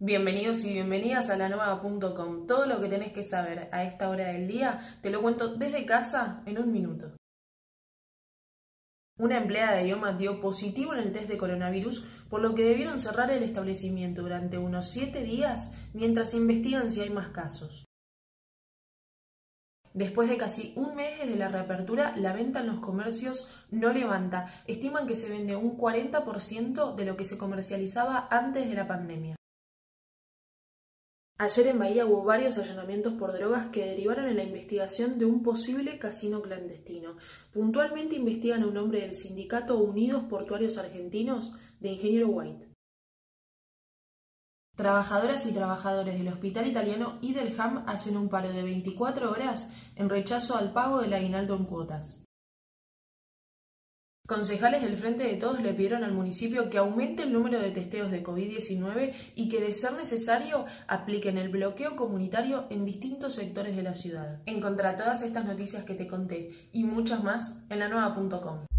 Bienvenidos y bienvenidas a lanueva.com. Todo lo que tenés que saber a esta hora del día te lo cuento desde casa en un minuto. Una empleada de IOMA dio positivo en el test de coronavirus, por lo que debieron cerrar el establecimiento durante unos 7 días mientras investigan si hay más casos. Después de casi un mes desde la reapertura, la venta en los comercios no levanta. Estiman que se vende un 40% de lo que se comercializaba antes de la pandemia. Ayer en Bahía hubo varios allanamientos por drogas que derivaron en la investigación de un posible casino clandestino. Puntualmente investigan a un hombre del sindicato Unidos Portuarios Argentinos de Ingeniero White. Trabajadoras y trabajadores del Hospital Italiano y del HAM hacen un paro de 24 horas en rechazo al pago del aguinaldo en cuotas. Concejales del Frente de Todos le pidieron al municipio que aumente el número de testeos de COVID-19 y que, de ser necesario, apliquen el bloqueo comunitario en distintos sectores de la ciudad. Encontrá todas estas noticias que te conté y muchas más en lanueva.com.